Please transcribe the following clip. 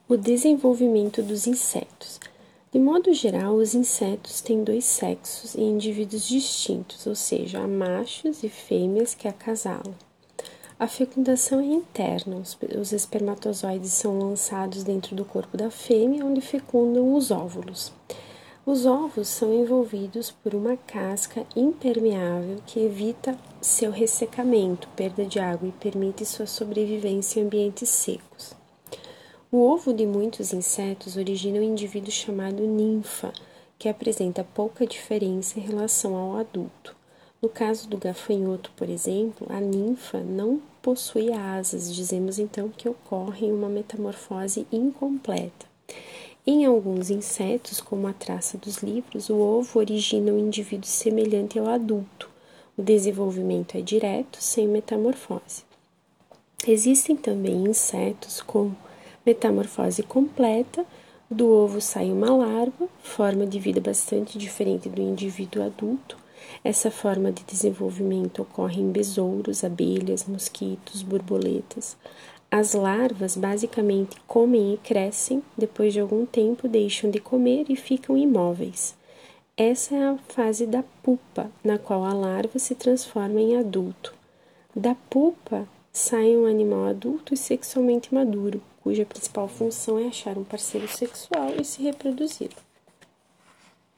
O desenvolvimento dos insetos. De modo geral, os insetos têm dois sexos e indivíduos distintos, ou seja, há machos e fêmeas que acasalam. A fecundação é interna, os espermatozoides são lançados dentro do corpo da fêmea, onde fecundam os óvulos. Os ovos são envolvidos por uma casca impermeável que evita seu ressecamento, perda de água e permite sua sobrevivência em ambientes secos. O ovo de muitos insetos origina um indivíduo chamado ninfa, que apresenta pouca diferença em relação ao adulto. No caso do gafanhoto, por exemplo, a ninfa não possui asas, dizemos então que ocorre uma metamorfose incompleta. Em alguns insetos, como a traça dos livros, o ovo origina um indivíduo semelhante ao adulto. O desenvolvimento é direto, sem metamorfose. Existem também insetos com metamorfose completa, do ovo sai uma larva, forma de vida bastante diferente do indivíduo adulto. Essa forma de desenvolvimento ocorre em besouros, abelhas, mosquitos, borboletas. As larvas basicamente comem e crescem, depois de algum tempo deixam de comer e ficam imóveis. Essa é a fase da pupa, na qual a larva se transforma em adulto. Da pupa sai um animal adulto e sexualmente maduro, cuja principal função é achar um parceiro sexual e se reproduzir.